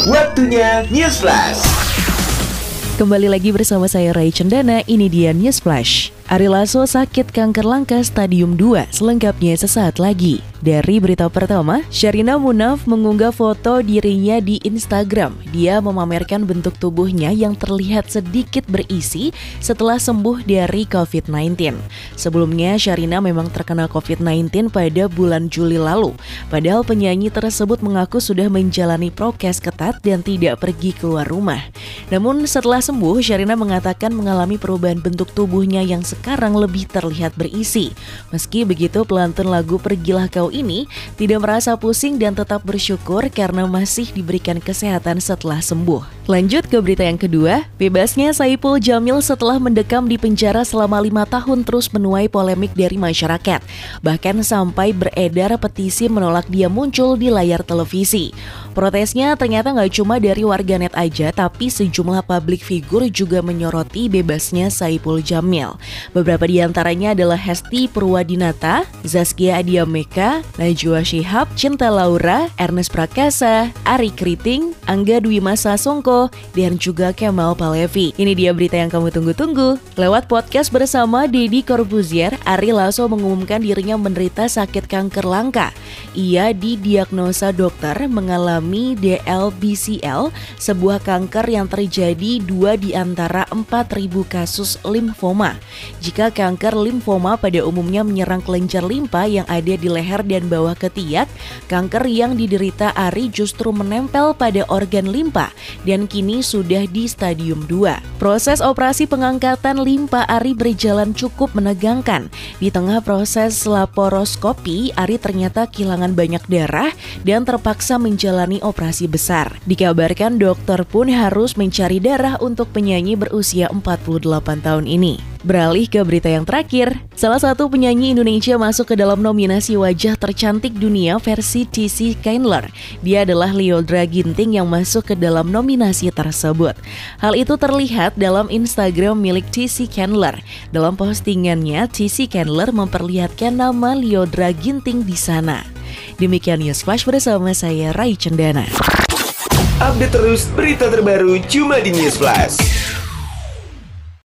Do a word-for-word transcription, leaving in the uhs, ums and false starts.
Waktunya News Flash. Kembali lagi bersama saya Rai Cendana, ini dia News Flash. Ari Lasso sakit kanker langka stadium dua, selengkapnya sesaat lagi. Dari berita pertama, Sherina Munaf mengunggah foto dirinya di Instagram. Dia memamerkan bentuk tubuhnya yang terlihat sedikit berisi setelah sembuh dari covid sembilan belas. Sebelumnya, Sherina memang terkena covid sembilan belas pada bulan Juli lalu. Padahal penyanyi tersebut mengaku sudah menjalani prokes ketat dan tidak pergi keluar rumah. Namun setelah sembuh, Sherina mengatakan mengalami perubahan bentuk tubuhnya yang sekarang lebih terlihat berisi. Meski begitu, pelantun lagu Pergilah Kau ini tidak merasa pusing dan tetap bersyukur karena masih diberikan kesehatan setelah sembuh. Lanjut ke berita yang kedua, bebasnya Saipul Jamil setelah mendekam di penjara selama lima tahun terus menuai polemik dari masyarakat. Bahkan sampai beredar petisi menolak dia muncul di layar televisi. Protesnya ternyata nggak cuma dari warganet aja, tapi sejumlah publik figur juga menyoroti bebasnya Saipul Jamil. Beberapa di antaranya adalah Hesti Purwadinata, Zaskia Adiameka, Najwa Shihab, Cinta Laura, Ernest Prakasa, Ari Kriting, Angga Dwi Masa Songko, dan juga Kemal Palevi. Ini dia berita yang kamu tunggu-tunggu. Lewat podcast bersama Deddy Corbuzier, Ari Lasso mengumumkan dirinya menderita sakit kanker langka. Ia didiagnosa dokter mengalami D L B C L, sebuah kanker yang terjadi dua di antara empat ribu kasus limfoma. Jika kanker limfoma pada umumnya menyerang kelenjar limpa yang ada di leher dan bawah ketiak, kanker yang diderita Ari justru menempel pada organ limpa dan kini sudah di stadium dua. Proses operasi pengangkatan limpa Ari berjalan cukup menegangkan. Di tengah proses laparoskopi, Ari ternyata kehilangan banyak darah dan terpaksa menjalani operasi besar. Dikabarkan dokter pun harus mencari darah untuk penyanyi berusia empat puluh delapan tahun ini. Beralih ke berita yang terakhir, salah satu penyanyi Indonesia masuk ke dalam nominasi wajah tercantik dunia versi T C Candler. Dia adalah Lyodra Ginting yang masuk ke dalam nominasi tersebut. Hal itu terlihat dalam Instagram milik T C Candler. Dalam postingannya, T C Candler memperlihatkan nama Lyodra Ginting di sana. Demikian News Flash bersama saya Rai Cendana. Update terus berita terbaru cuma di News Flash.